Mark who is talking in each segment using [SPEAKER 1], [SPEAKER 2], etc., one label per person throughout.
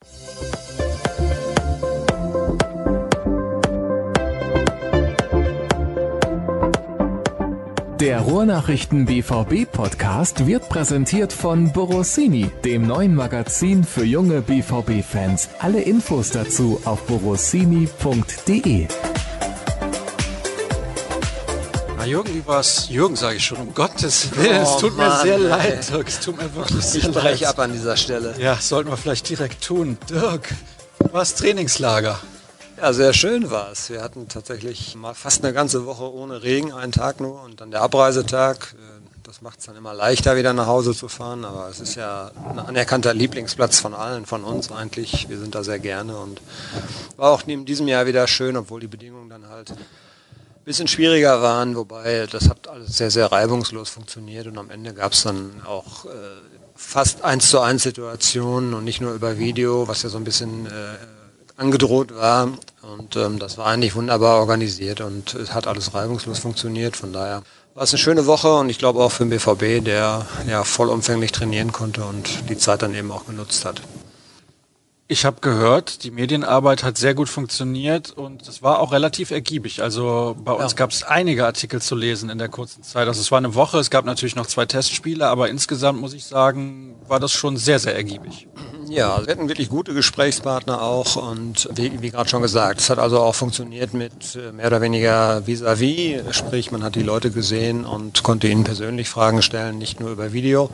[SPEAKER 1] Der Ruhrnachrichten BVB-Podcast wird präsentiert von Borossini, dem neuen Magazin für junge BVB-Fans. Alle Infos dazu auf borossini.de.
[SPEAKER 2] Jürgen sage ich schon, um Gottes Willen, es tut mir sehr leid, Dirk, es tut mir wirklich sehr leid.
[SPEAKER 3] Ich breche ab an dieser Stelle.
[SPEAKER 2] Ja, sollten wir vielleicht direkt tun. Dirk, was Trainingslager?
[SPEAKER 3] Ja, sehr schön war es. Wir hatten tatsächlich mal fast eine ganze Woche ohne Regen, einen Tag nur und dann der Abreisetag. Das macht es dann immer leichter, wieder nach Hause zu fahren, aber es ist ja ein anerkannter Lieblingsplatz von allen, von uns eigentlich. Wir sind da sehr gerne und war auch in diesem Jahr wieder schön, obwohl die Bedingungen dann halt bisschen schwieriger waren, wobei das hat alles sehr, sehr reibungslos funktioniert und am Ende gab es dann auch fast 1:1 Situationen und nicht nur über Video, was ja so ein bisschen angedroht war und das war eigentlich wunderbar organisiert und es hat alles reibungslos funktioniert, von daher war es eine schöne Woche und ich glaube auch für den BVB, der ja vollumfänglich trainieren konnte und die Zeit dann eben auch genutzt hat.
[SPEAKER 2] Ich habe gehört, die Medienarbeit hat sehr gut funktioniert und es war auch relativ ergiebig. Also bei uns gab es einige Artikel zu lesen in der kurzen Zeit. Also es war eine Woche, es gab natürlich noch 2 Testspiele, aber insgesamt muss ich sagen, war das schon sehr, sehr ergiebig.
[SPEAKER 3] Ja, wir hatten wirklich gute Gesprächspartner auch und wie gerade schon gesagt, es hat also auch funktioniert mit mehr oder weniger vis-à-vis, sprich man hat die Leute gesehen und konnte ihnen persönlich Fragen stellen, nicht nur über Video.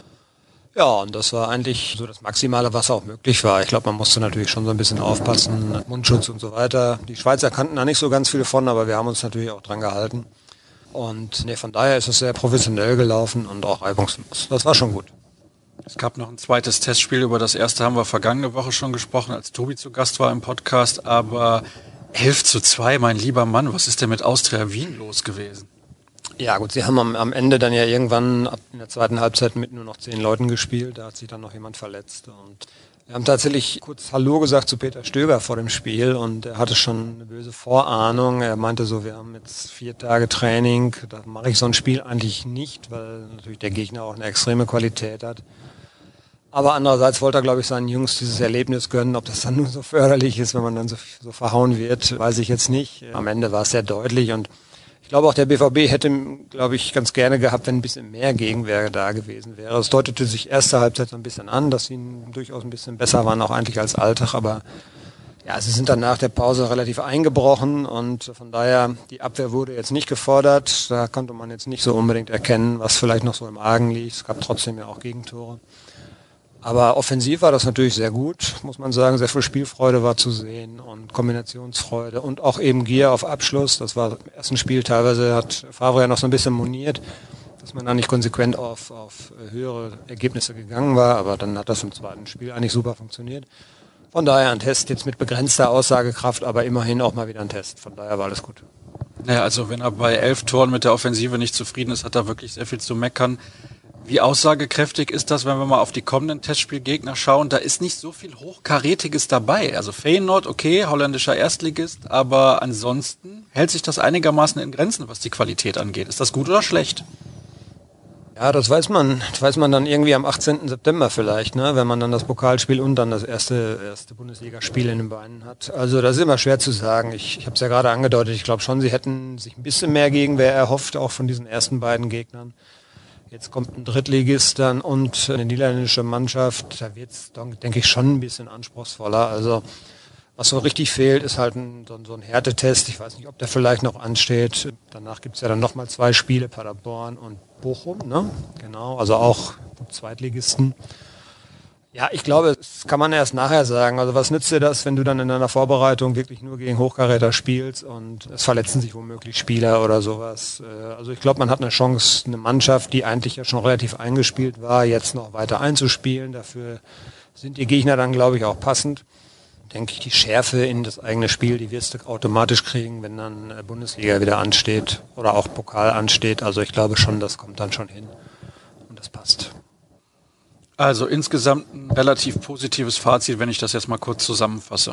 [SPEAKER 3] Ja, und das war eigentlich so das Maximale, was auch möglich war. Ich glaube, man musste natürlich schon so ein bisschen aufpassen, Mundschutz und so weiter. Die Schweizer kannten da nicht so ganz viel von, aber wir haben uns natürlich auch dran gehalten. Und von daher ist es sehr professionell gelaufen und auch reibungslos. Das war schon gut.
[SPEAKER 2] Es gab noch ein zweites Testspiel, über das erste haben wir vergangene Woche schon gesprochen, als Tobi zu Gast war im Podcast, aber 11:2, mein lieber Mann, was ist denn mit Austria Wien los gewesen?
[SPEAKER 3] Ja gut, sie haben am Ende dann ja irgendwann in der zweiten Halbzeit mit nur noch 10 Leuten gespielt, da hat sich dann noch jemand verletzt und wir haben tatsächlich kurz Hallo gesagt zu Peter Stöger vor dem Spiel und er hatte schon eine böse Vorahnung, er meinte so, wir haben jetzt 4 Tage Training, da mache ich so ein Spiel eigentlich nicht, weil natürlich der Gegner auch eine extreme Qualität hat. Aber andererseits wollte er, glaube ich, seinen Jungs dieses Erlebnis gönnen. Ob das dann nur so förderlich ist, wenn man dann so verhauen wird, weiß ich jetzt nicht. Am Ende war es sehr deutlich und ich glaube auch der BVB hätte, glaube ich, ganz gerne gehabt, wenn ein bisschen mehr Gegenwehr da gewesen wäre. Es deutete sich erste Halbzeit so ein bisschen an, dass sie durchaus ein bisschen besser waren, auch eigentlich als Alltag. Aber ja, sie sind dann nach der Pause relativ eingebrochen und von daher, die Abwehr wurde jetzt nicht gefordert. Da konnte man jetzt nicht so unbedingt erkennen, was vielleicht noch so im Argen liegt. Es gab trotzdem ja auch Gegentore. Aber offensiv war das natürlich sehr gut, muss man sagen. Sehr viel Spielfreude war zu sehen und Kombinationsfreude und auch eben Gier auf Abschluss. Das war im ersten Spiel teilweise, hat Favre ja noch so ein bisschen moniert, dass man da nicht konsequent auf höhere Ergebnisse gegangen war. Aber dann hat das im zweiten Spiel eigentlich super funktioniert. Von daher ein Test jetzt mit begrenzter Aussagekraft, aber immerhin auch mal wieder ein Test. Von daher war alles gut.
[SPEAKER 2] Naja, also wenn er bei 11 Toren mit der Offensive nicht zufrieden ist, hat er wirklich sehr viel zu meckern. Wie aussagekräftig ist das, wenn wir mal auf die kommenden Testspielgegner schauen? Da ist nicht so viel Hochkarätiges dabei. Also Feyenoord, okay, holländischer Erstligist, aber ansonsten hält sich das einigermaßen in Grenzen, was die Qualität angeht. Ist das gut oder schlecht?
[SPEAKER 3] Ja, das weiß man dann irgendwie am 18. September vielleicht, ne, wenn man dann das Pokalspiel und dann das erste Bundesligaspiel in den Beinen hat. Also das ist immer schwer zu sagen. Ich habe es ja gerade angedeutet, ich glaube schon, sie hätten sich ein bisschen mehr Gegenwehr erhofft, auch von diesen ersten beiden Gegnern. Jetzt kommt ein Drittligist dann und eine niederländische Mannschaft, da wird es, denke ich, schon ein bisschen anspruchsvoller. Also was so richtig fehlt, ist halt so ein Härtetest. Ich weiß nicht, ob der vielleicht noch ansteht. Danach gibt es ja dann nochmal 2 Spiele, Paderborn und Bochum, ne? Genau, also auch Zweitligisten. Ja, ich glaube, das kann man erst nachher sagen. Also was nützt dir das, wenn du dann in deiner Vorbereitung wirklich nur gegen Hochkaräter spielst und es verletzen sich womöglich Spieler oder sowas. Also ich glaube, man hat eine Chance, eine Mannschaft, die eigentlich ja schon relativ eingespielt war, jetzt noch weiter einzuspielen. Dafür sind die Gegner dann, glaube ich, auch passend. Denke ich, die Schärfe in das eigene Spiel, die wirst du automatisch kriegen, wenn dann Bundesliga wieder ansteht oder auch Pokal ansteht. Also ich glaube schon, das kommt dann schon hin und das passt.
[SPEAKER 2] Also insgesamt ein relativ positives Fazit, wenn ich das jetzt mal kurz zusammenfasse.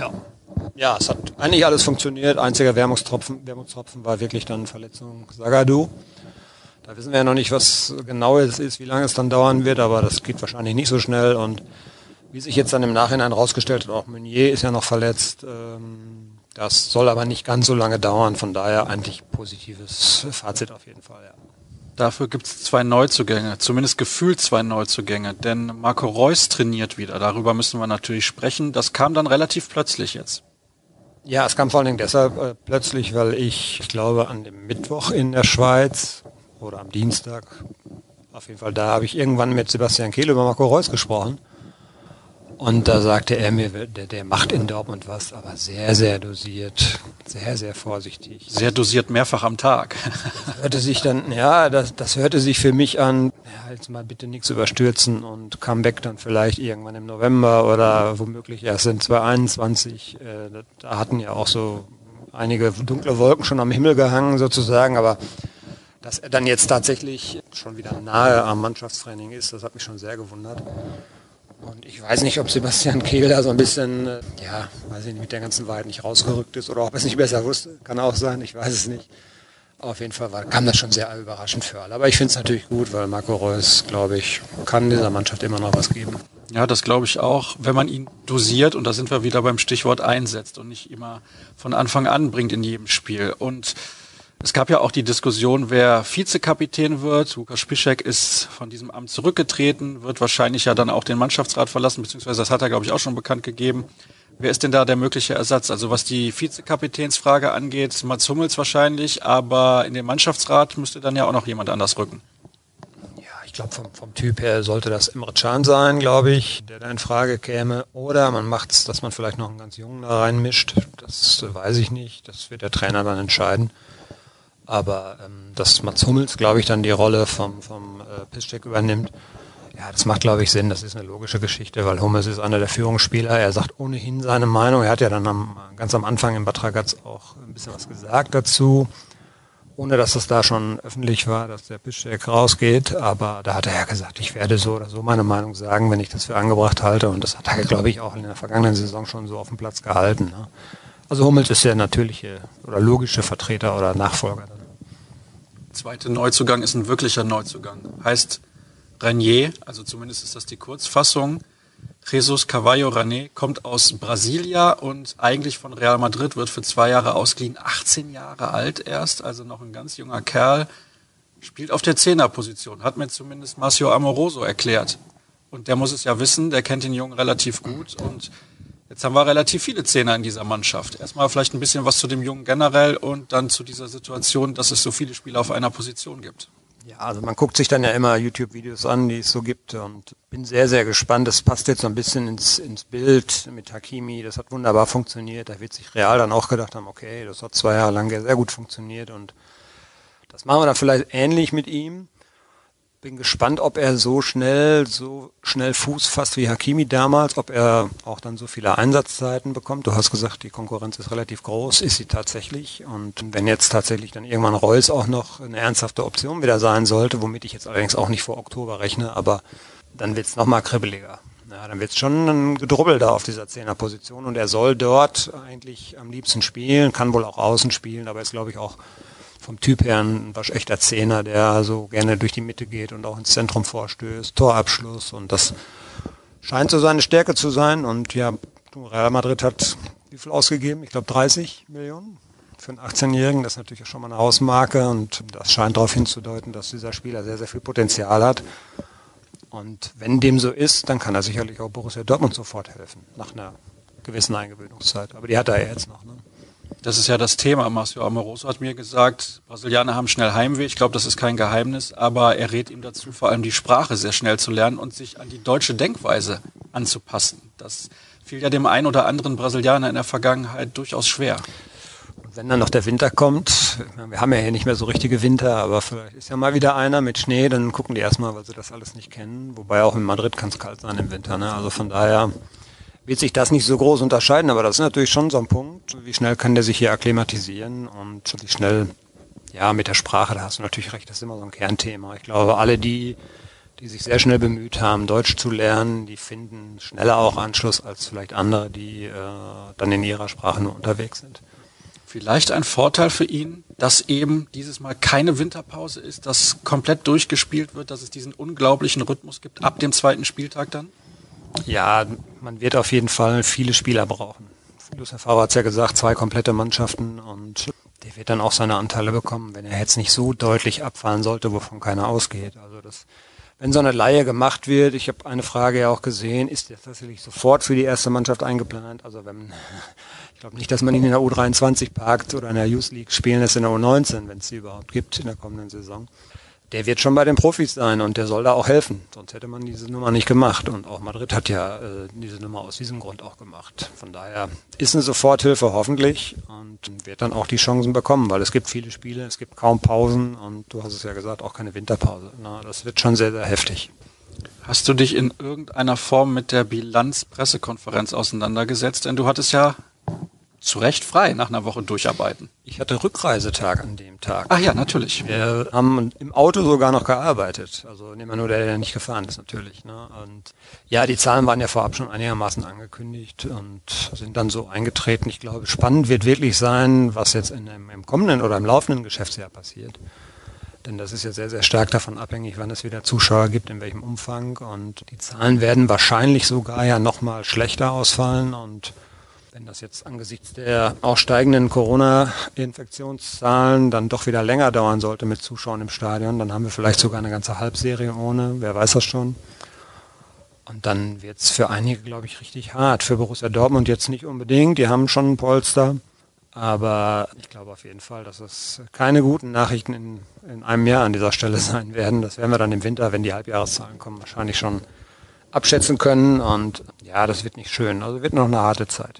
[SPEAKER 3] Ja, es hat eigentlich alles funktioniert. Einziger Wermutstropfen war wirklich dann Verletzung Zagadou. Da wissen wir ja noch nicht, was genau es ist, wie lange es dann dauern wird, aber das geht wahrscheinlich nicht so schnell. Und Wie sich jetzt dann im Nachhinein rausgestellt hat, auch Meunier ist ja noch verletzt. Das soll aber nicht ganz so lange dauern, von daher eigentlich positives Fazit auf jeden Fall, ja.
[SPEAKER 2] Dafür gibt es 2 Neuzugänge, zumindest gefühlt 2 Neuzugänge, denn Marco Reus trainiert wieder. Darüber müssen wir natürlich sprechen. Das kam dann relativ plötzlich jetzt.
[SPEAKER 3] Ja, es kam vor allen Dingen deshalb plötzlich, weil ich glaube, an dem Mittwoch in der Schweiz oder am Dienstag, auf jeden Fall da, habe ich irgendwann mit Sebastian Kehl über Marco Reus gesprochen. Und da sagte er mir, der macht in Dortmund was, aber sehr, sehr dosiert, sehr, sehr vorsichtig.
[SPEAKER 2] Sehr dosiert mehrfach am Tag.
[SPEAKER 3] Das hörte sich dann, das hörte sich für mich an, ja, jetzt mal bitte nichts überstürzen und Comeback dann vielleicht irgendwann im November oder womöglich erst in 2021. Da hatten ja auch so einige dunkle Wolken schon am Himmel gehangen sozusagen, aber dass er dann jetzt tatsächlich schon wieder nahe am Mannschaftstraining ist, das hat mich schon sehr gewundert. Und ich weiß nicht, ob Sebastian Kehl da so ein bisschen, weiß ich nicht, mit der ganzen Wahrheit nicht rausgerückt ist oder ob er es nicht besser wusste. Kann auch sein, ich weiß es nicht. Aber auf jeden Fall kam das schon sehr überraschend für alle. Aber ich finde es natürlich gut, weil Marco Reus, glaube ich, kann dieser Mannschaft immer noch was geben.
[SPEAKER 2] Ja, das glaube ich auch, wenn man ihn dosiert, und da sind wir wieder beim Stichwort einsetzt und nicht immer von Anfang an bringt in jedem Spiel. Und es gab ja auch die Diskussion, wer Vizekapitän wird. Lukas Piszczek ist von diesem Amt zurückgetreten, wird wahrscheinlich ja dann auch den Mannschaftsrat verlassen, beziehungsweise das hat er, glaube ich, auch schon bekannt gegeben. Wer ist denn da der mögliche Ersatz? Also was die Vizekapitänsfrage angeht, Mats Hummels wahrscheinlich, aber in den Mannschaftsrat müsste dann ja auch noch jemand anders rücken.
[SPEAKER 3] Ja, ich glaube, vom Typ her sollte das Emre Can sein, glaube ich, der da in Frage käme. Oder man macht es, dass man vielleicht noch einen ganz Jungen da reinmischt. Das weiß ich nicht. Das wird der Trainer dann entscheiden. Aber dass Mats Hummels, glaube ich, dann die Rolle vom Piszczek übernimmt, ja, das macht, glaube ich, Sinn. Das ist eine logische Geschichte, weil Hummels ist einer der Führungsspieler. Er sagt ohnehin seine Meinung. Er hat ja dann ganz am Anfang im Bad Ragaz auch ein bisschen was gesagt dazu, ohne dass das da schon öffentlich war, dass der Piszczek rausgeht. Aber da hat er ja gesagt, ich werde so oder so meine Meinung sagen, wenn ich das für angebracht halte. Und das hat er, glaube ich, auch in der vergangenen Saison schon so auf dem Platz gehalten, ne? Also Hummels ist der natürliche oder logische Vertreter oder Nachfolger.
[SPEAKER 2] Zweite Neuzugang ist ein wirklicher Neuzugang. Heißt Ranier, also zumindest ist das die Kurzfassung. Jesus Cavallo Ranier kommt aus Brasilia und eigentlich von Real Madrid, wird für 2 Jahre ausgeliehen, 18 Jahre alt erst, also noch ein ganz junger Kerl, spielt auf der Zehnerposition, hat mir zumindest Marcio Amoroso erklärt. Und der muss es ja wissen, der kennt den Jungen relativ gut und jetzt haben wir relativ viele Zehner in dieser Mannschaft. Erstmal vielleicht ein bisschen was zu dem Jungen generell und dann zu dieser Situation, dass es so viele Spieler auf einer Position gibt.
[SPEAKER 3] Ja, also man guckt sich dann ja immer YouTube-Videos an, die es so gibt und bin sehr, sehr gespannt. Das passt jetzt so ein bisschen ins Bild mit Hakimi. Das hat wunderbar funktioniert. Da wird sich Real dann auch gedacht haben, okay, das hat 2 Jahre lang sehr gut funktioniert und das machen wir dann vielleicht ähnlich mit ihm. Bin gespannt, ob er so schnell Fuß fasst wie Hakimi damals, ob er auch dann so viele Einsatzzeiten bekommt. Du hast gesagt, die Konkurrenz ist relativ groß, ist sie tatsächlich. Und wenn jetzt tatsächlich dann irgendwann Reus auch noch eine ernsthafte Option wieder sein sollte, womit ich jetzt allerdings auch nicht vor Oktober rechne, aber dann wird's noch mal kribbeliger. Ja, dann wird's schon ein Gedrubbel da auf dieser Zehnerposition und er soll dort eigentlich am liebsten spielen, kann wohl auch außen spielen, aber ist, glaube ich, auch vom Typ her ein waschechter Zehner, der so gerne durch die Mitte geht und auch ins Zentrum vorstößt, Torabschluss und das scheint so seine Stärke zu sein und ja, Real Madrid hat wie viel ausgegeben? Ich glaube 30 Millionen für einen 18-Jährigen, das ist natürlich schon mal eine Hausmarke und das scheint darauf hinzudeuten, dass dieser Spieler sehr, sehr viel Potenzial hat und wenn dem so ist, dann kann er sicherlich auch Borussia Dortmund sofort helfen, nach einer gewissen Eingewöhnungszeit, aber die hat er ja jetzt noch, ne?
[SPEAKER 2] Das ist ja das Thema. Marcio Amoroso hat mir gesagt, Brasilianer haben schnell Heimweh. Ich glaube, das ist kein Geheimnis, aber er rät ihm dazu, vor allem die Sprache sehr schnell zu lernen und sich an die deutsche Denkweise anzupassen. Das fiel ja dem einen oder anderen Brasilianer in der Vergangenheit durchaus schwer.
[SPEAKER 3] Und wenn dann noch der Winter kommt, wir haben ja hier nicht mehr so richtige Winter, aber vielleicht ist ja mal wieder einer mit Schnee, dann gucken die erstmal, weil sie das alles nicht kennen. Wobei auch in Madrid kann es kalt sein im Winter, ne? Also von daher wird sich das nicht so groß unterscheiden, aber das ist natürlich schon so ein Punkt, wie schnell kann der sich hier akklimatisieren und wie schnell, ja, mit der Sprache, da hast du natürlich recht, das ist immer so ein Kernthema. Ich glaube, alle die sich sehr schnell bemüht haben, Deutsch zu lernen, die finden schneller auch Anschluss als vielleicht andere, die dann in ihrer Sprache nur unterwegs sind.
[SPEAKER 2] Vielleicht ein Vorteil für ihn, dass eben dieses Mal keine Winterpause ist, dass komplett durchgespielt wird, dass es diesen unglaublichen Rhythmus gibt ab dem 2. Spieltag dann?
[SPEAKER 3] Ja, man wird auf jeden Fall viele Spieler brauchen. Lucien Favre hat es ja gesagt, 2 komplette Mannschaften und der wird dann auch seine Anteile bekommen, wenn er jetzt nicht so deutlich abfallen sollte, wovon keiner ausgeht. Also wenn so eine Leihe gemacht wird, ich habe eine Frage ja auch gesehen, ist der tatsächlich sofort für die erste Mannschaft eingeplant? Also ich glaube nicht, dass man ihn in der U23 parkt oder in der Youth League spielen lässt in der U19, wenn es sie überhaupt gibt in der kommenden Saison. Der wird schon bei den Profis sein und der soll da auch helfen. Sonst hätte man diese Nummer nicht gemacht. Und auch Madrid hat ja diese Nummer aus diesem Grund auch gemacht. Von daher ist eine Soforthilfe hoffentlich und wird dann auch die Chancen bekommen, weil es gibt viele Spiele, es gibt kaum Pausen und du hast es ja gesagt, auch keine Winterpause. Na, das wird schon sehr, sehr heftig.
[SPEAKER 2] Hast du dich in irgendeiner Form mit der Bilanzpressekonferenz auseinandergesetzt? Denn du hattest ja zu Recht frei nach einer Woche durcharbeiten.
[SPEAKER 3] Ich hatte Rückreisetag an dem Tag.
[SPEAKER 2] Ach ja, natürlich.
[SPEAKER 3] Wir haben im Auto sogar noch gearbeitet. Also nehmen wir nur der nicht gefahren ist natürlich. Ne? Und ja, die Zahlen waren ja vorab schon einigermaßen angekündigt und sind dann so eingetreten. Ich glaube, spannend wird wirklich sein, was jetzt im kommenden oder im laufenden Geschäftsjahr passiert. Denn das ist ja sehr, sehr stark davon abhängig, wann es wieder Zuschauer gibt, in welchem Umfang. Und die Zahlen werden wahrscheinlich sogar ja nochmal schlechter ausfallen. Und wenn das jetzt angesichts der auch steigenden Corona-Infektionszahlen dann doch wieder länger dauern sollte mit Zuschauern im Stadion, dann haben wir vielleicht sogar eine ganze Halbserie ohne, wer weiß das schon. Und dann wird es für einige, glaube ich, richtig hart. Für Borussia Dortmund jetzt nicht unbedingt, die haben schon ein Polster. Aber ich glaube auf jeden Fall, dass es keine guten Nachrichten in einem Jahr an dieser Stelle sein werden. Das werden wir dann im Winter, wenn die Halbjahreszahlen kommen, wahrscheinlich schon abschätzen können. Und ja, das wird nicht schön. Also wird noch eine harte Zeit.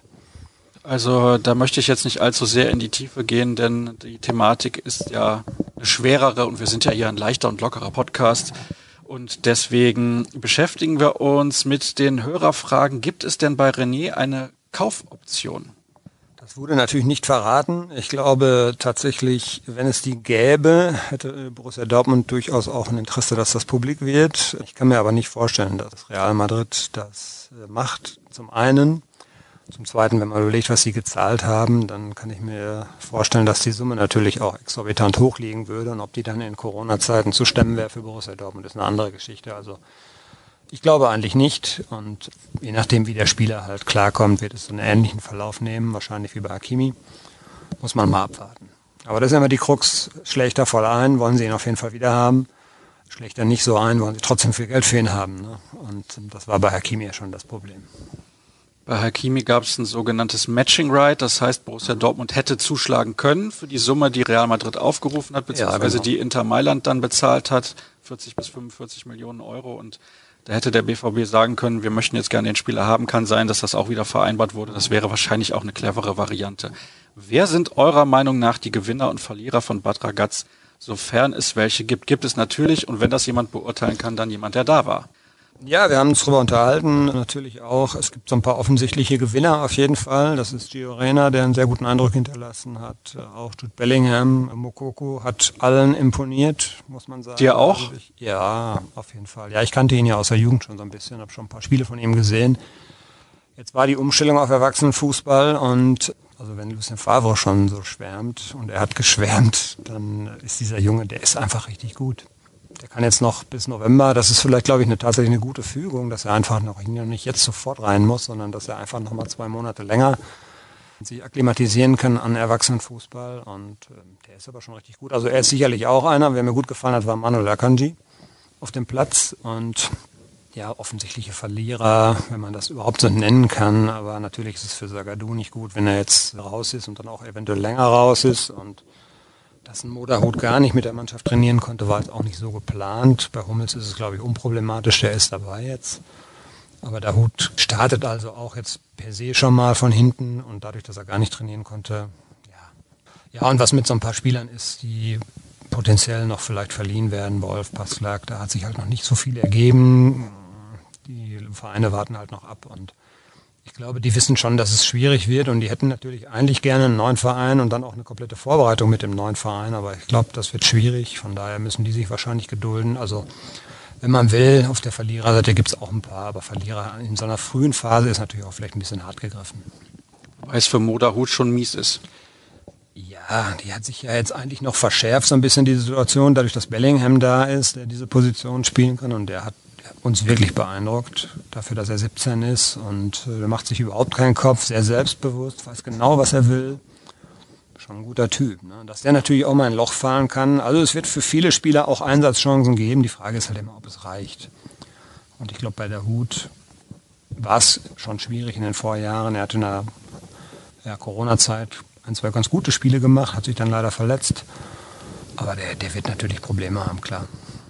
[SPEAKER 2] Also da möchte ich jetzt nicht allzu sehr in die Tiefe gehen, denn die Thematik ist ja eine schwerere und wir sind ja hier ein leichter und lockerer Podcast. Und deswegen beschäftigen wir uns mit den Hörerfragen. Gibt es denn bei René eine Kaufoption?
[SPEAKER 3] Das wurde natürlich nicht verraten. Ich glaube tatsächlich, wenn es die gäbe, hätte Borussia Dortmund durchaus auch ein Interesse, dass das publik wird. Ich kann mir aber nicht vorstellen, dass Real Madrid das macht. Zum einen. Zum Zweiten, wenn man überlegt, was sie gezahlt haben, dann kann ich mir vorstellen, dass die Summe natürlich auch exorbitant hoch liegen würde. Und ob die dann in Corona-Zeiten zu stemmen wäre für Borussia Dortmund, ist eine andere Geschichte. Also ich glaube eigentlich nicht. Und je nachdem, wie der Spieler halt klarkommt, wird es so einen ähnlichen Verlauf nehmen, wahrscheinlich wie bei Hakimi. Muss man mal abwarten. Aber das ist immer die Krux. Schlägt er voll ein, wollen sie ihn auf jeden Fall wieder haben. Schlägt er nicht so ein, wollen sie trotzdem viel Geld für ihn haben. Ne? Und das war bei Hakimi ja schon das Problem.
[SPEAKER 2] Bei Hakimi gab es ein sogenanntes Matching Right, das heißt, Borussia Dortmund hätte zuschlagen können für die Summe, die Real Madrid aufgerufen hat, beziehungsweise die Inter Mailand dann bezahlt hat, 40 bis 45 Millionen Euro. Und da hätte der BVB sagen können, wir möchten jetzt gerne den Spieler haben. Kann sein, dass das auch wieder vereinbart wurde. Das wäre wahrscheinlich auch eine clevere Variante. Wer sind eurer Meinung nach die Gewinner und Verlierer von Bad Ragaz, sofern es welche gibt? Gibt es natürlich, und wenn das jemand beurteilen kann, dann jemand, der da war.
[SPEAKER 3] Ja, wir haben uns darüber unterhalten, natürlich auch. Es gibt so ein paar offensichtliche Gewinner auf jeden Fall. Das ist Gio Reyna, der einen sehr guten Eindruck hinterlassen hat. Auch Jude Bellingham, Moukoko hat allen imponiert, muss man sagen.
[SPEAKER 2] Dir auch?
[SPEAKER 3] Ja, auf jeden Fall. Ja, ich kannte ihn ja aus der Jugend schon so ein bisschen, habe schon ein paar Spiele von ihm gesehen. Jetzt war die Umstellung auf Erwachsenenfußball und also wenn Lucien Favre schon so schwärmt und er hat geschwärmt, dann ist dieser Junge, der ist einfach richtig gut. Der kann jetzt noch bis November, das ist vielleicht, glaube ich, tatsächlich eine gute Fügung, dass er einfach noch nicht jetzt sofort rein muss, sondern dass er einfach noch mal 2 Monate länger sich akklimatisieren kann an Erwachsenenfußball und der ist aber schon richtig gut. Also er ist sicherlich auch einer, wer mir gut gefallen hat, war Manuel Akanji auf dem Platz und ja, offensichtliche Verlierer, wenn man das überhaupt so nennen kann, aber natürlich ist es für Zagadou nicht gut, wenn er jetzt raus ist und dann auch eventuell länger raus ist und dass ein Moderhut gar nicht mit der Mannschaft trainieren konnte, war jetzt auch nicht so geplant. Bei Hummels ist es, glaube ich, unproblematisch, der ist dabei jetzt. Aber der Hut startet also auch jetzt per se schon mal von hinten und dadurch, dass er gar nicht trainieren konnte, ja. Ja, und was mit so ein paar Spielern ist, die potenziell noch vielleicht verliehen werden, Wolf, Passlack, da hat sich halt noch nicht so viel ergeben. Die Vereine warten halt noch ab und ich glaube, die wissen schon, dass es schwierig wird und die hätten natürlich eigentlich gerne einen neuen Verein und dann auch eine komplette Vorbereitung mit dem neuen Verein, aber ich glaube, das wird schwierig, von daher müssen die sich wahrscheinlich gedulden. Also wenn man will, auf der Verliererseite gibt es auch ein paar, aber Verlierer in so einer frühen Phase ist natürlich auch vielleicht ein bisschen hart gegriffen.
[SPEAKER 2] Weil es für Moderhut schon mies ist.
[SPEAKER 3] Ja, die hat sich ja jetzt eigentlich noch verschärft, so ein bisschen die Situation, dadurch, dass Bellingham da ist, der diese Position spielen kann und der hat uns wirklich beeindruckt, dafür, dass er 17 ist und er macht sich überhaupt keinen Kopf, sehr selbstbewusst, weiß genau, was er will. Schon ein guter Typ. Ne? Dass der natürlich auch mal ein Loch fallen kann. Also es wird für viele Spieler auch Einsatzchancen geben. Die Frage ist halt immer, ob es reicht. Und ich glaube, bei der Hut war es schon schwierig in den Vorjahren. Er hatte in der Corona-Zeit 1-2 ganz gute Spiele gemacht, hat sich dann leider verletzt. Aber der wird natürlich Probleme haben, klar.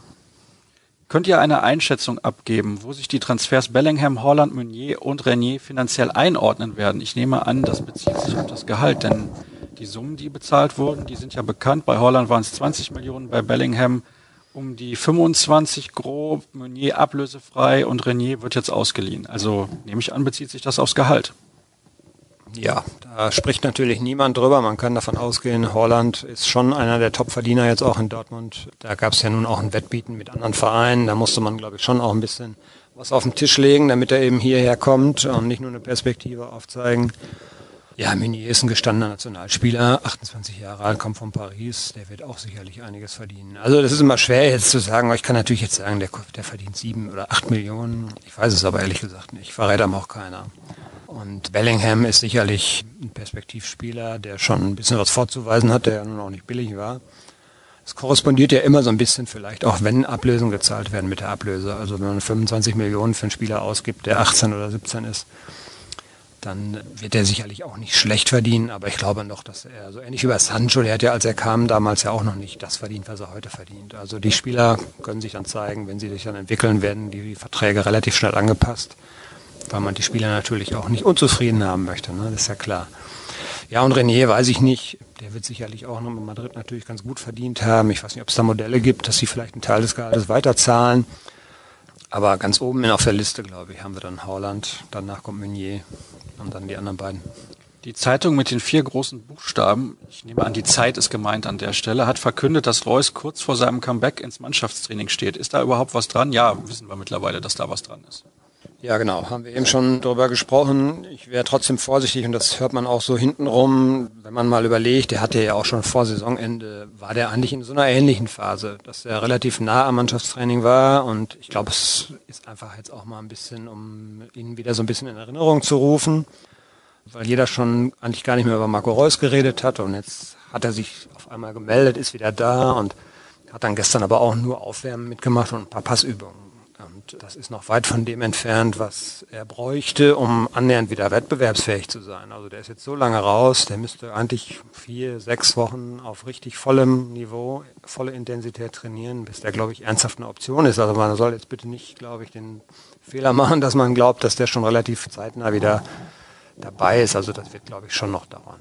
[SPEAKER 2] Könnt ihr eine Einschätzung abgeben, wo sich die Transfers Bellingham, Haaland, Meunier und Renier finanziell einordnen werden? Ich nehme an, das bezieht sich auf das Gehalt, denn die Summen, die bezahlt wurden, die sind ja bekannt. Bei Haaland waren es 20 Millionen, bei Bellingham um die 25 grob, Meunier ablösefrei und Renier wird jetzt ausgeliehen. Also nehme ich an, bezieht sich das aufs Gehalt.
[SPEAKER 3] Ja, da spricht natürlich niemand drüber. Man kann davon ausgehen, Haaland ist schon einer der Top-Verdiener jetzt auch in Dortmund. Da gab es ja nun auch ein Wettbieten mit anderen Vereinen. Da musste man, glaube ich, schon auch ein bisschen was auf den Tisch legen, damit er eben hierher kommt und nicht nur eine Perspektive aufzeigen. Ja, Meunier ist ein gestandener Nationalspieler, 28 Jahre alt, kommt von Paris, der wird auch sicherlich einiges verdienen. Also das ist immer schwer jetzt zu sagen, aber ich kann natürlich jetzt sagen, der verdient 7 oder 8 Millionen. Ich weiß es aber ehrlich gesagt nicht, verrät ihm auch keiner. Und Bellingham ist sicherlich ein Perspektivspieler, der schon ein bisschen was vorzuweisen hat, der ja nun auch nicht billig war. Es korrespondiert ja immer so ein bisschen vielleicht, auch wenn Ablösen gezahlt werden mit der Ablöse. Also wenn man 25 Millionen für einen Spieler ausgibt, der 18 oder 17 ist, dann wird er sicherlich auch nicht schlecht verdienen, aber ich glaube noch, dass er so ähnlich wie bei Sancho, der hat ja, als er kam, damals ja auch noch nicht das verdient, was er heute verdient. Also die Spieler können sich dann zeigen, wenn sie sich dann entwickeln, werden die Verträge relativ schnell angepasst, weil man die Spieler natürlich auch nicht unzufrieden haben möchte, ne? Das ist ja klar. Ja, und Renier weiß ich nicht, der wird sicherlich auch noch in Madrid natürlich ganz gut verdient haben. Ich weiß nicht, ob es da Modelle gibt, dass sie vielleicht einen Teil des Gehaltes weiterzahlen. Aber ganz oben auf der Liste, glaube ich, haben wir dann Haaland, danach kommt Meunier und dann die anderen beiden.
[SPEAKER 2] Die Zeitung mit den 4 großen Buchstaben, ich nehme an, die Zeit ist gemeint an der Stelle, hat verkündet, dass Reus kurz vor seinem Comeback ins Mannschaftstraining steht. Ist da überhaupt was dran? Ja, wissen wir mittlerweile, dass da was dran ist.
[SPEAKER 3] Ja, genau. Haben wir eben schon darüber gesprochen. Ich wäre trotzdem vorsichtig und das hört man auch so hintenrum, wenn man mal überlegt, der hatte ja auch schon vor Saisonende, war der eigentlich in so einer ähnlichen Phase, dass er relativ nah am Mannschaftstraining war und ich glaube, es ist einfach jetzt auch mal ein bisschen, um ihn wieder so ein bisschen in Erinnerung zu rufen, weil jeder schon eigentlich gar nicht mehr über Marco Reus geredet hat und jetzt hat er sich auf einmal gemeldet, ist wieder da und hat dann gestern aber auch nur Aufwärmen mitgemacht und ein paar Passübungen. Und das ist noch weit von dem entfernt, was er bräuchte, um annähernd wieder wettbewerbsfähig zu sein. Also der ist jetzt so lange raus, der müsste eigentlich 4-6 Wochen auf richtig vollem Niveau, volle Intensität trainieren, bis der, glaube ich, ernsthaft eine Option ist. Also man soll jetzt bitte nicht, glaube ich, den Fehler machen, dass man glaubt, dass der schon relativ zeitnah wieder dabei ist. Also das wird, glaube ich, schon noch dauern.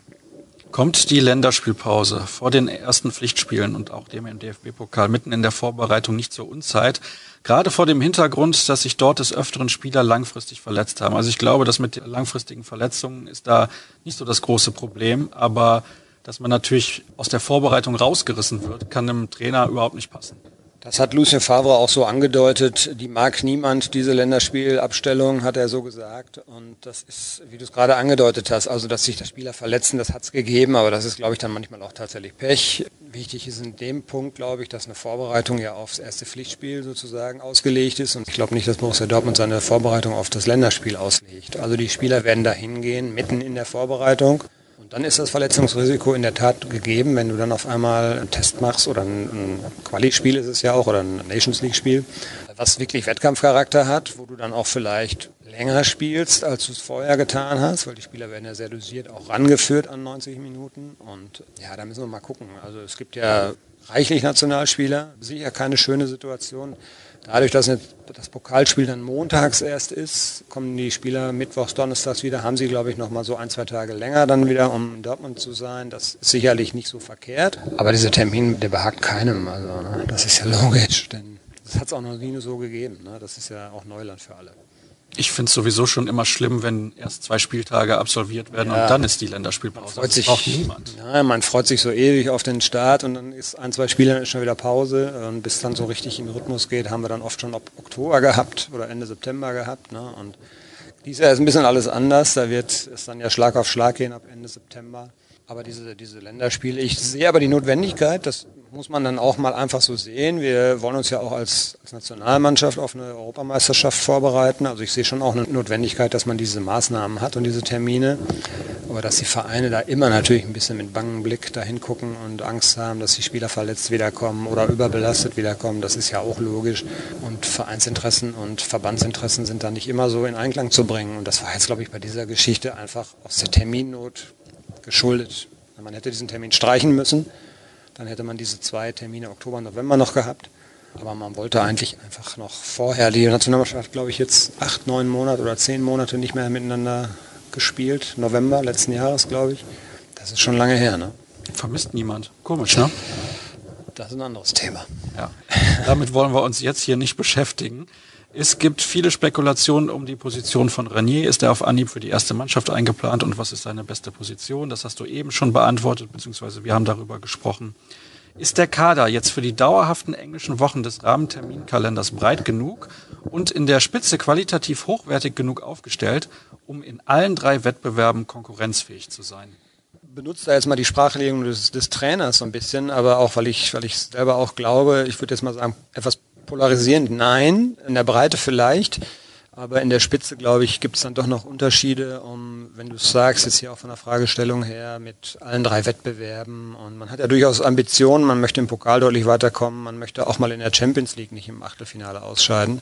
[SPEAKER 2] Kommt die Länderspielpause vor den ersten Pflichtspielen und auch dem im DFB-Pokal mitten in der Vorbereitung nicht zur Unzeit, gerade vor dem Hintergrund, dass sich dort des Öfteren Spieler langfristig verletzt haben. Also ich glaube, dass mit langfristigen Verletzungen ist da nicht so das große Problem, aber dass man natürlich aus der Vorbereitung rausgerissen wird, kann einem Trainer überhaupt nicht passen.
[SPEAKER 3] Das hat Lucien Favre auch so angedeutet. Die mag niemand, diese Länderspielabstellung, hat er so gesagt. Und das ist, wie du es gerade angedeutet hast, also dass sich da Spieler verletzen, das hat es gegeben, aber das ist, glaube ich, dann manchmal auch tatsächlich Pech. Wichtig ist in dem Punkt, glaube ich, dass eine Vorbereitung ja aufs erste Pflichtspiel sozusagen ausgelegt ist. Und ich glaube nicht, dass Borussia Dortmund seine Vorbereitung auf das Länderspiel auslegt. Also die Spieler werden da hingehen, mitten in der Vorbereitung. Und dann ist das Verletzungsrisiko in der Tat gegeben, wenn du dann auf einmal einen Test machst oder ein Quali-Spiel ist es ja auch oder ein Nations-League-Spiel, was wirklich Wettkampfcharakter hat, wo du dann auch vielleicht länger spielst, als du es vorher getan hast, weil die Spieler werden ja sehr dosiert auch rangeführt an 90 Minuten. Und ja, da müssen wir mal gucken. Also es gibt ja reichlich Nationalspieler, sicher keine schöne Situation. Dadurch, dass das Pokalspiel dann montags erst ist, kommen die Spieler mittwochs, donnerstags wieder, haben sie, glaube ich, noch mal so 1-2 Tage länger dann wieder, um in Dortmund zu sein. Das ist sicherlich nicht so verkehrt. Aber dieser Termin, der behagt keinem. Also, ne? Das ist ja logisch, denn das hat es auch noch nie so gegeben. Ne? Das ist ja auch Neuland für alle.
[SPEAKER 2] Ich finde es sowieso schon immer schlimm, wenn erst 2 Spieltage absolviert werden und dann ist die Länderspielpause.
[SPEAKER 3] Das
[SPEAKER 2] braucht niemand.
[SPEAKER 3] Ja, man freut sich so ewig auf den Start und dann ist 1-2 Spiele, dann ist schon wieder Pause. Und bis dann so richtig im Rhythmus geht, haben wir dann oft schon Oktober gehabt oder Ende September gehabt. Ne? Und dieses Jahr ist ein bisschen alles anders. Da wird es dann ja Schlag auf Schlag gehen ab Ende September. Aber diese Länderspiele, ich sehe aber die Notwendigkeit, das muss man dann auch mal einfach so sehen. Wir wollen uns ja auch als Nationalmannschaft auf eine Europameisterschaft vorbereiten. Also ich sehe schon auch eine Notwendigkeit, dass man diese Maßnahmen hat und diese Termine. Aber dass die Vereine da immer natürlich ein bisschen mit bangem Blick dahin gucken und Angst haben, dass die Spieler verletzt wiederkommen oder überbelastet wiederkommen, das ist ja auch logisch. Und Vereinsinteressen und Verbandsinteressen sind da nicht immer so in Einklang zu bringen. Und das war jetzt, glaube ich, bei dieser Geschichte einfach aus der Terminnot geschuldet. Man hätte diesen Termin streichen müssen, dann hätte man diese 2 Termine Oktober, November noch gehabt. Aber man wollte eigentlich einfach noch vorher, die Nationalmannschaft, glaube ich, jetzt 8, 9 Monate oder 10 Monate nicht mehr miteinander gespielt. November letzten Jahres, glaube ich. Das ist schon lange her, ne?
[SPEAKER 2] Vermisst niemand. Komisch, ne?
[SPEAKER 3] Das ist ein anderes Thema.
[SPEAKER 2] Ja. Damit wollen wir uns jetzt hier nicht beschäftigen. Es gibt viele Spekulationen um die Position von Ranier. Ist er auf Anhieb für die erste Mannschaft eingeplant und was ist seine beste Position? Das hast du eben schon beantwortet, beziehungsweise wir haben darüber gesprochen. Ist der Kader jetzt für die dauerhaften englischen Wochen des Rahmenterminkalenders breit genug und in der Spitze qualitativ hochwertig genug aufgestellt, um in allen 3 Wettbewerben konkurrenzfähig zu sein?
[SPEAKER 3] Benutze da jetzt mal die Sprachlegung des Trainers so ein bisschen, aber auch, weil ich selber auch glaube, ich würde jetzt mal sagen, etwas polarisierend, nein, in der Breite vielleicht, aber in der Spitze, glaube ich, gibt es dann doch noch Unterschiede, wenn du es sagst, jetzt hier auch von der Fragestellung her, mit allen 3 Wettbewerben und man hat ja durchaus Ambitionen, man möchte im Pokal deutlich weiterkommen, man möchte auch mal in der Champions League nicht im Achtelfinale ausscheiden.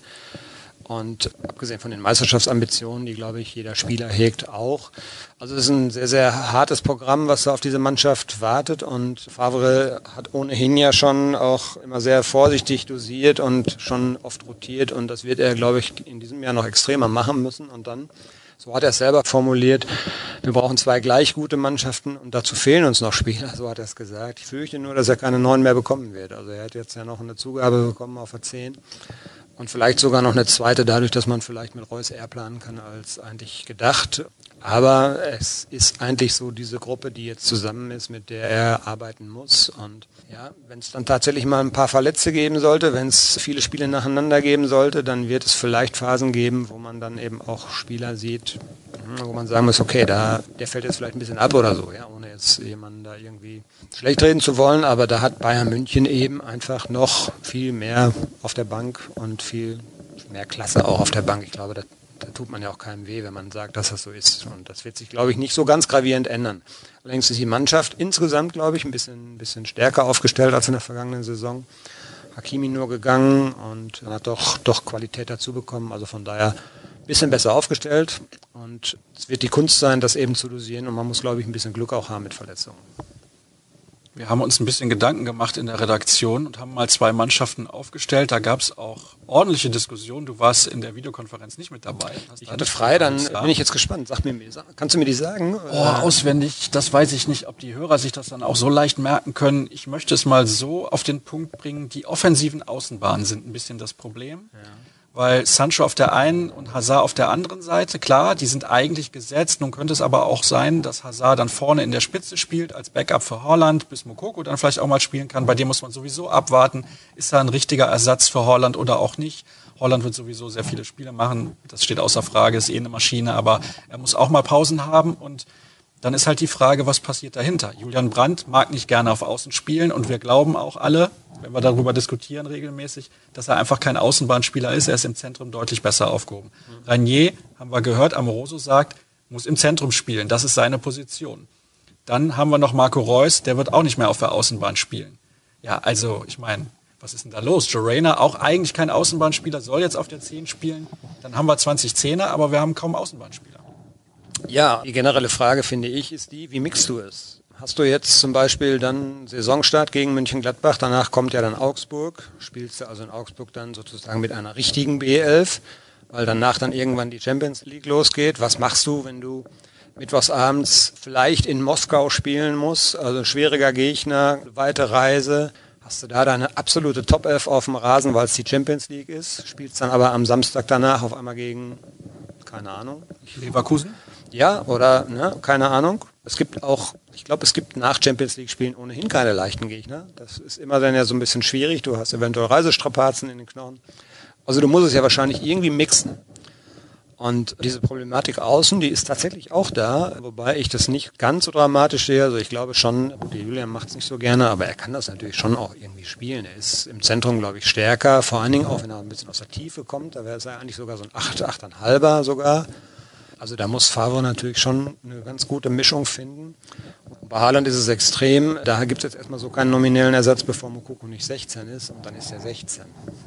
[SPEAKER 3] Und abgesehen von den Meisterschaftsambitionen, die, glaube ich, jeder Spieler hegt auch. Also es ist ein sehr, sehr hartes Programm, was da auf diese Mannschaft wartet. Und Favre hat ohnehin ja schon auch immer sehr vorsichtig dosiert und schon oft rotiert. Und das wird er, glaube ich, in diesem Jahr noch extremer machen müssen. Und dann, so hat er es selber formuliert, wir brauchen 2 gleich gute Mannschaften und dazu fehlen uns noch Spieler, so hat er es gesagt. Ich fürchte nur, dass er keine 9 mehr bekommen wird. Also er hat jetzt ja noch eine Zugabe bekommen auf der 10. Und vielleicht sogar noch eine zweite, dadurch, dass man vielleicht mit Reus eher planen kann als eigentlich gedacht. Aber es ist eigentlich so diese Gruppe, die jetzt zusammen ist, mit der er arbeiten muss. Und ja, wenn es dann tatsächlich mal ein paar Verletzte geben sollte, wenn es viele Spiele nacheinander geben sollte, dann wird es vielleicht Phasen geben, wo man dann eben auch Spieler sieht, wo man sagen muss, okay, der fällt jetzt vielleicht ein bisschen ab oder so, ja, ohne jetzt jemanden da irgendwie schlecht reden zu wollen. Aber da hat Bayern München eben einfach noch viel mehr auf der Bank und viel mehr Klasse auch auf der Bank. Ich glaube, da tut man ja auch keinem weh, wenn man sagt, dass das so ist. Und das wird sich, glaube ich, nicht so ganz gravierend ändern. Allerdings ist die Mannschaft insgesamt, glaube ich, ein bisschen stärker aufgestellt als in der vergangenen Saison. Hakimi nur gegangen und hat doch Qualität dazu bekommen. Also von daher ein bisschen besser aufgestellt. Und es wird die Kunst sein, das eben zu dosieren. Und man muss, glaube ich, ein bisschen Glück auch haben mit Verletzungen.
[SPEAKER 2] Wir haben uns ein bisschen Gedanken gemacht in der Redaktion und haben mal 2 Mannschaften aufgestellt. Da gab es auch ordentliche Diskussionen. Du warst in der Videokonferenz nicht mit dabei.
[SPEAKER 3] Ich hatte frei, dann bin ich jetzt gespannt. Kannst du mir die sagen?
[SPEAKER 2] Auswendig, das weiß ich nicht, ob die Hörer sich das dann auch so leicht merken können. Ich möchte es mal so auf den Punkt bringen. Die offensiven Außenbahnen sind ein bisschen das Problem. Ja. Weil Sancho auf der einen und Hazard auf der anderen Seite, klar, die sind eigentlich gesetzt. Nun könnte es aber auch sein, dass Hazard dann vorne in der Spitze spielt, als Backup für Haaland, bis Moukoko dann vielleicht auch mal spielen kann. Bei dem muss man sowieso abwarten, ist er ein richtiger Ersatz für Haaland oder auch nicht. Haaland wird sowieso sehr viele Spiele machen, das steht außer Frage, ist eine Maschine, aber er muss auch mal Pausen haben und dann ist halt die Frage, was passiert dahinter? Julian Brandt mag nicht gerne auf Außen spielen und wir glauben auch alle, wenn wir darüber diskutieren regelmäßig, dass er einfach kein Außenbahnspieler ist. Er ist im Zentrum deutlich besser aufgehoben. Ranier, haben wir gehört, Amoroso sagt, muss im Zentrum spielen. Das ist seine Position. Dann haben wir noch Marco Reus, der wird auch nicht mehr auf der Außenbahn spielen. Ja, also ich meine, was ist denn da los? Joe Rayner, auch eigentlich kein Außenbahnspieler, soll jetzt auf der 10 spielen. Dann haben wir 20 Zehner, aber wir haben kaum Außenbahnspieler.
[SPEAKER 3] Ja, die generelle Frage, finde ich, ist die, wie mixt du es? Hast du jetzt zum Beispiel dann Saisonstart gegen Mönchengladbach, danach kommt ja dann Augsburg, spielst du also in Augsburg dann sozusagen mit einer richtigen B11, weil danach dann irgendwann die Champions League losgeht. Was machst du, wenn du mittwochsabends vielleicht in Moskau spielen musst, also ein schwieriger Gegner, weite Reise? Hast du da deine absolute Top-11 auf dem Rasen, weil es die Champions League ist, spielst dann aber am Samstag danach auf einmal gegen, keine Ahnung.
[SPEAKER 2] Leverkusen?
[SPEAKER 3] Ja, oder, ne, keine Ahnung. Es gibt auch, ich glaube, es gibt nach Champions League Spielen ohnehin keine leichten Gegner. Das ist immer dann ja so ein bisschen schwierig. Du hast eventuell Reisestrapazen in den Knochen. Also du musst es ja wahrscheinlich irgendwie mixen. Und diese Problematik außen, die ist tatsächlich auch da, wobei ich das nicht ganz so dramatisch sehe. Also ich glaube schon, der Julian macht es nicht so gerne, aber er kann das natürlich schon auch irgendwie spielen. Er ist im Zentrum, glaube ich, stärker, vor allen Dingen auch, wenn er ein bisschen aus der Tiefe kommt. Da wäre es ja eigentlich sogar so ein 8,5er sogar. Also da muss Favre natürlich schon eine ganz gute Mischung finden. Bei Haaland ist es extrem. Da gibt es jetzt erstmal so keinen nominellen Ersatz, bevor Moukoko nicht 16 ist. Und dann ist er 16.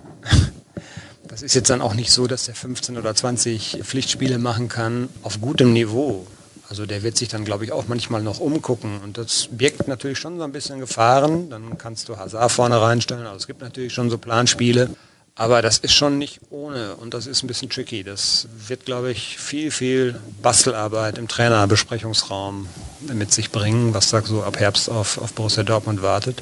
[SPEAKER 3] Das ist jetzt dann auch nicht so, dass der 15 oder 20 Pflichtspiele machen kann auf gutem Niveau. Also der wird sich dann, glaube ich, auch manchmal noch umgucken. Und das birgt natürlich schon so ein bisschen Gefahren. Dann kannst du Hazard vorne reinstellen. Also es gibt natürlich schon so Planspiele. Aber das ist schon nicht ohne und das ist ein bisschen tricky. Das wird, glaube ich, viel Bastelarbeit im Trainerbesprechungsraum mit sich bringen, was da so ab Herbst auf Borussia Dortmund wartet.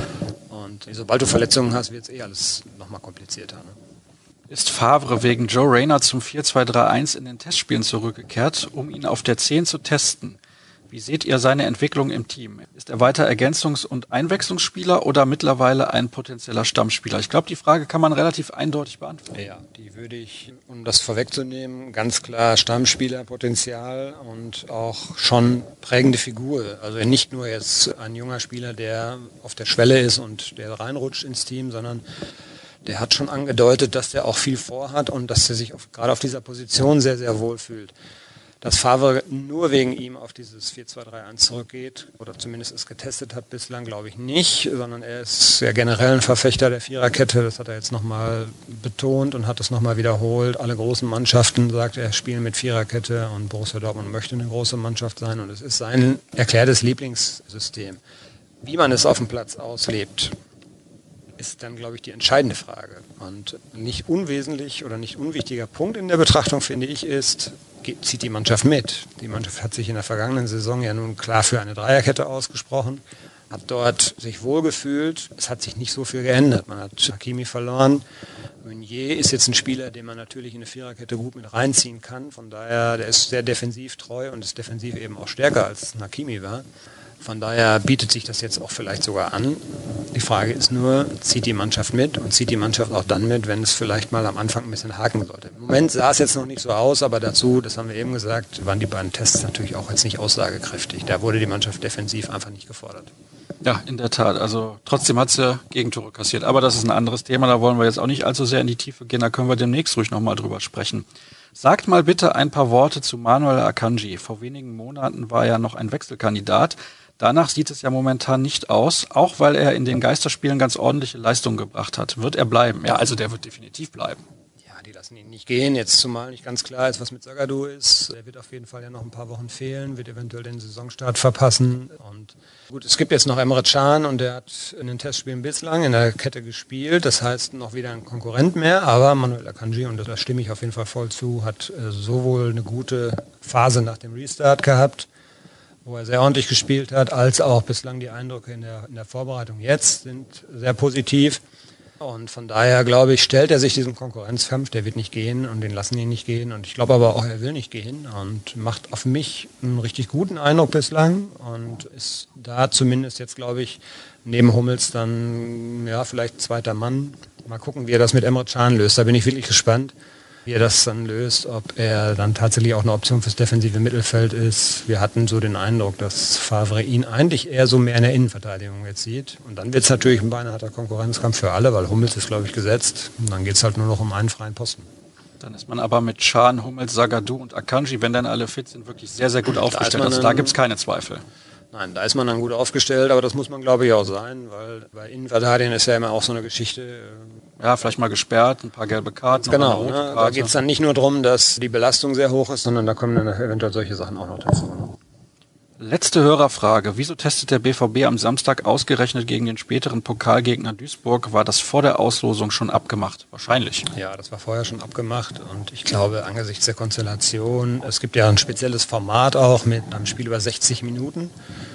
[SPEAKER 3] Und sobald du Verletzungen hast, wird es alles nochmal komplizierter. Ne?
[SPEAKER 2] Ist Favre wegen Joe Rayner zum 4-2-3-1 in den Testspielen zurückgekehrt, um ihn auf der 10 zu testen? Wie seht ihr seine Entwicklung im Team? Ist er weiter Ergänzungs- und Einwechslungsspieler oder mittlerweile ein potenzieller Stammspieler? Ich glaube, die Frage kann man relativ eindeutig beantworten.
[SPEAKER 3] Ja, die würde ich, um das vorwegzunehmen, ganz klar Stammspielerpotenzial und auch schon prägende Figur. Also nicht nur jetzt ein junger Spieler, der auf der Schwelle ist und der reinrutscht ins Team, sondern der hat schon angedeutet, dass der auch viel vorhat und dass er sich gerade auf dieser Position sehr, sehr wohl fühlt. Dass Favre nur wegen ihm auf dieses 4-2-3-1 zurückgeht oder zumindest es getestet hat bislang, glaube ich nicht, sondern er ist ja generell ein Verfechter der Viererkette, das hat er jetzt nochmal betont und hat das nochmal wiederholt. Alle großen Mannschaften, sagt er, spielen mit Viererkette und Borussia Dortmund möchte eine große Mannschaft sein und es ist sein erklärtes Lieblingssystem. Wie man es auf dem Platz auslebt, ist dann, glaube ich, die entscheidende Frage. Und nicht unwesentlich oder nicht unwichtiger Punkt in der Betrachtung, finde ich, ist, zieht die Mannschaft mit. Die Mannschaft hat sich in der vergangenen Saison ja nun klar für eine Dreierkette ausgesprochen, hat dort sich wohlgefühlt. Es hat sich nicht so viel geändert. Man hat Hakimi verloren. Meunier ist jetzt ein Spieler, den man natürlich in eine Viererkette gut mit reinziehen kann. Von daher, der ist sehr defensiv treu und ist defensiv eben auch stärker als Hakimi war. Von daher bietet sich das jetzt auch vielleicht sogar an. Die Frage ist nur, zieht die Mannschaft mit und zieht die Mannschaft auch dann mit, wenn es vielleicht mal am Anfang ein bisschen haken sollte. Im Moment sah es jetzt noch nicht so aus, aber dazu, das haben wir eben gesagt, waren die beiden Tests natürlich auch jetzt nicht aussagekräftig. Da wurde die Mannschaft defensiv einfach nicht gefordert.
[SPEAKER 2] Ja, in der Tat. Also trotzdem hat sie Gegentore kassiert. Aber das ist ein anderes Thema, da wollen wir jetzt auch nicht allzu sehr in die Tiefe gehen, da können wir demnächst ruhig nochmal drüber sprechen. Sagt mal bitte ein paar Worte zu Manuel Akanji. Vor wenigen Monaten war er noch ein Wechselkandidat. Danach sieht es ja momentan nicht aus, auch weil er in den Geisterspielen ganz ordentliche Leistungen gebracht hat. Wird er bleiben? Ja, also der wird definitiv bleiben.
[SPEAKER 3] Ja, die lassen ihn nicht gehen. Jetzt zumal nicht ganz klar ist, was mit Zagadou ist. Er wird auf jeden Fall ja noch ein paar Wochen fehlen, wird eventuell den Saisonstart verpassen. Und gut, es gibt jetzt noch Emre Can und der hat in den Testspielen bislang in der Kette gespielt. Das heißt, noch wieder ein Konkurrent mehr. Aber Manuel Akanji, und da stimme ich auf jeden Fall voll zu, hat sowohl eine gute Phase nach dem Restart gehabt, wo er sehr ordentlich gespielt hat, als auch bislang die Eindrücke in der Vorbereitung jetzt sind sehr positiv. Und von daher, glaube ich, stellt er sich diesen Konkurrenzkampf, der wird nicht gehen und den lassen ihn nicht gehen. Und ich glaube aber auch, er will nicht gehen und macht auf mich einen richtig guten Eindruck bislang und ist da zumindest jetzt, glaube ich, neben Hummels dann ja vielleicht zweiter Mann. Mal gucken, wie er das mit Emre Can löst. Da bin ich wirklich gespannt, wie er das dann löst, ob er dann tatsächlich auch eine Option fürs defensive Mittelfeld ist. Wir hatten so den Eindruck, dass Favre ihn eigentlich eher so mehr in der Innenverteidigung jetzt sieht. Und dann wird es natürlich ein beinharter Konkurrenzkampf für alle, weil Hummels ist, glaube ich, gesetzt. Und dann geht es halt nur noch um einen freien Posten.
[SPEAKER 2] Dann ist man aber mit Can, Hummels, Zagadou und Akanji, wenn dann alle fit sind, wirklich sehr, sehr gut aufgestellt. Also da gibt es keine Zweifel.
[SPEAKER 3] Nein, da ist man dann gut aufgestellt, aber das muss man, glaube ich, auch sein, weil bei Innenverteidigern ist ja immer auch so eine Geschichte.
[SPEAKER 2] Ja, vielleicht mal gesperrt, ein paar gelbe Karten.
[SPEAKER 3] Genau, ne? Da geht es dann nicht nur darum, dass die Belastung sehr hoch ist, sondern da kommen dann eventuell solche Sachen auch noch dazu. Ne?
[SPEAKER 2] Letzte Hörerfrage. Wieso testet der BVB am Samstag ausgerechnet gegen den späteren Pokalgegner Duisburg? War das vor der Auslosung schon abgemacht? Wahrscheinlich.
[SPEAKER 3] Ja, das war vorher schon abgemacht und ich glaube, angesichts der Konstellation, es gibt ja ein spezielles Format auch mit einem Spiel über 60 Minuten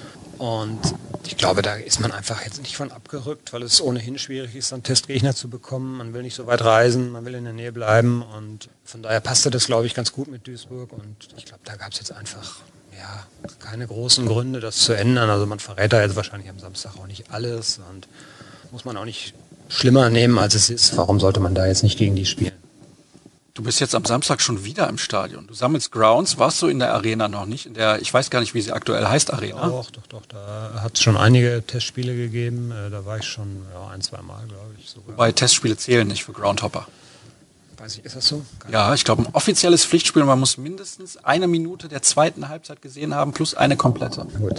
[SPEAKER 3] und ich glaube, da ist man einfach jetzt nicht von abgerückt, weil es ohnehin schwierig ist, einen Testgegner zu bekommen. Man will nicht so weit reisen, man will in der Nähe bleiben und von daher passte das, glaube ich, ganz gut mit Duisburg und ich glaube, da gab es jetzt einfach keine großen Gründe, das zu ändern. Also man verrät da jetzt wahrscheinlich am Samstag auch nicht alles und muss man auch nicht schlimmer nehmen, als es ist. Warum sollte man da jetzt nicht gegen die spielen?
[SPEAKER 2] Du bist jetzt am Samstag schon wieder im Stadion. Du sammelst Grounds, warst du in der Arena noch nicht? Ich weiß gar nicht, wie sie aktuell heißt, Arena.
[SPEAKER 3] Doch. Da hat es schon einige Testspiele gegeben. Da war ich schon 1-2 Mal, glaube ich, sogar.
[SPEAKER 2] Wobei Testspiele zählen nicht für Groundhopper.
[SPEAKER 3] Weiß ich, ist das so?
[SPEAKER 2] Ja, ich glaube, ein offizielles Pflichtspiel, man muss mindestens 1 Minute der zweiten Halbzeit gesehen haben, plus eine komplette.
[SPEAKER 3] Gut,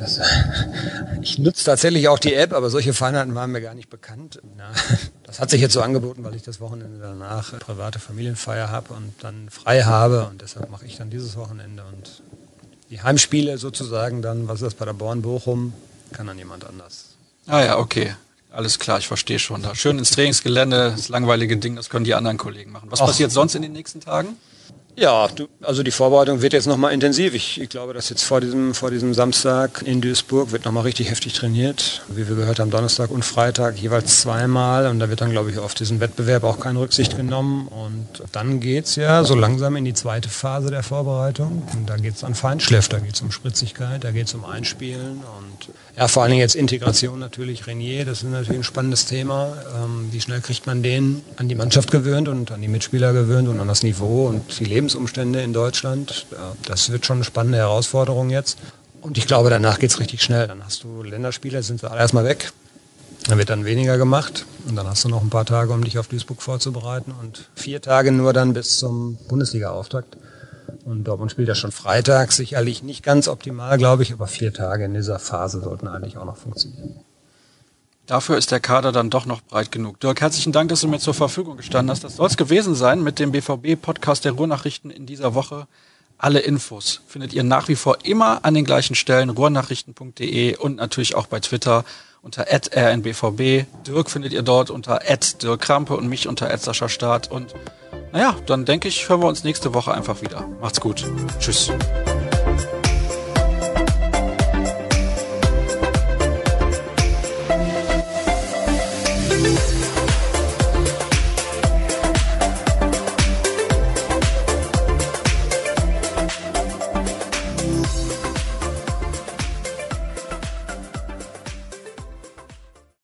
[SPEAKER 3] ich nutze tatsächlich auch die App, aber solche Feinheiten waren mir gar nicht bekannt. Das hat sich jetzt so angeboten, weil ich das Wochenende danach eine private Familienfeier habe und dann frei habe und deshalb mache ich dann dieses Wochenende und die Heimspiele sozusagen dann, was ist das, Paderborn, Bochum, kann dann jemand anders.
[SPEAKER 2] Ah ja, okay. Alles klar, ich verstehe schon. Da schön ins Trainingsgelände, das langweilige Ding, das können die anderen Kollegen machen. Was passiert sonst in den nächsten Tagen?
[SPEAKER 3] Ja, also die Vorbereitung wird jetzt nochmal intensiv. Ich glaube, dass jetzt vor diesem Samstag in Duisburg wird nochmal richtig heftig trainiert. Wie wir gehört haben, Donnerstag und Freitag jeweils 2-mal. Und da wird dann, glaube ich, auf diesen Wettbewerb auch keine Rücksicht genommen. Und dann geht's ja so langsam in die zweite Phase der Vorbereitung. Und da geht's an Feinschliff, da geht's um Spritzigkeit, da geht's um Einspielen. Und ja, vor allen Dingen jetzt Integration natürlich, Renier, das ist natürlich ein spannendes Thema. Wie schnell kriegt man den an die Mannschaft gewöhnt und an die Mitspieler gewöhnt und an das Niveau und die Lebensumstände in Deutschland. Das wird schon eine spannende Herausforderung jetzt. Und ich glaube, danach geht's richtig schnell. Dann hast du Länderspiele, sind sie alle erstmal weg. Dann wird dann weniger gemacht. Und dann hast du noch ein paar Tage, um dich auf Duisburg vorzubereiten. Und 4 Tage nur dann bis zum Bundesliga-Auftakt. Und Dortmund spielt ja schon Freitag. Sicherlich nicht ganz optimal, glaube ich, aber 4 Tage in dieser Phase sollten eigentlich auch noch funktionieren.
[SPEAKER 2] Dafür ist der Kader dann doch noch breit genug. Dirk, herzlichen Dank, dass du mir zur Verfügung gestanden hast. Das soll es gewesen sein mit dem BVB-Podcast der Ruhrnachrichten in dieser Woche. Alle Infos findet ihr nach wie vor immer an den gleichen Stellen, ruhrnachrichten.de und natürlich auch bei Twitter unter @rnbvb. Dirk findet ihr dort unter @dirkkrampe und mich unter @saschastart. Und naja, dann denke ich, hören wir uns nächste Woche einfach wieder. Macht's gut. Tschüss.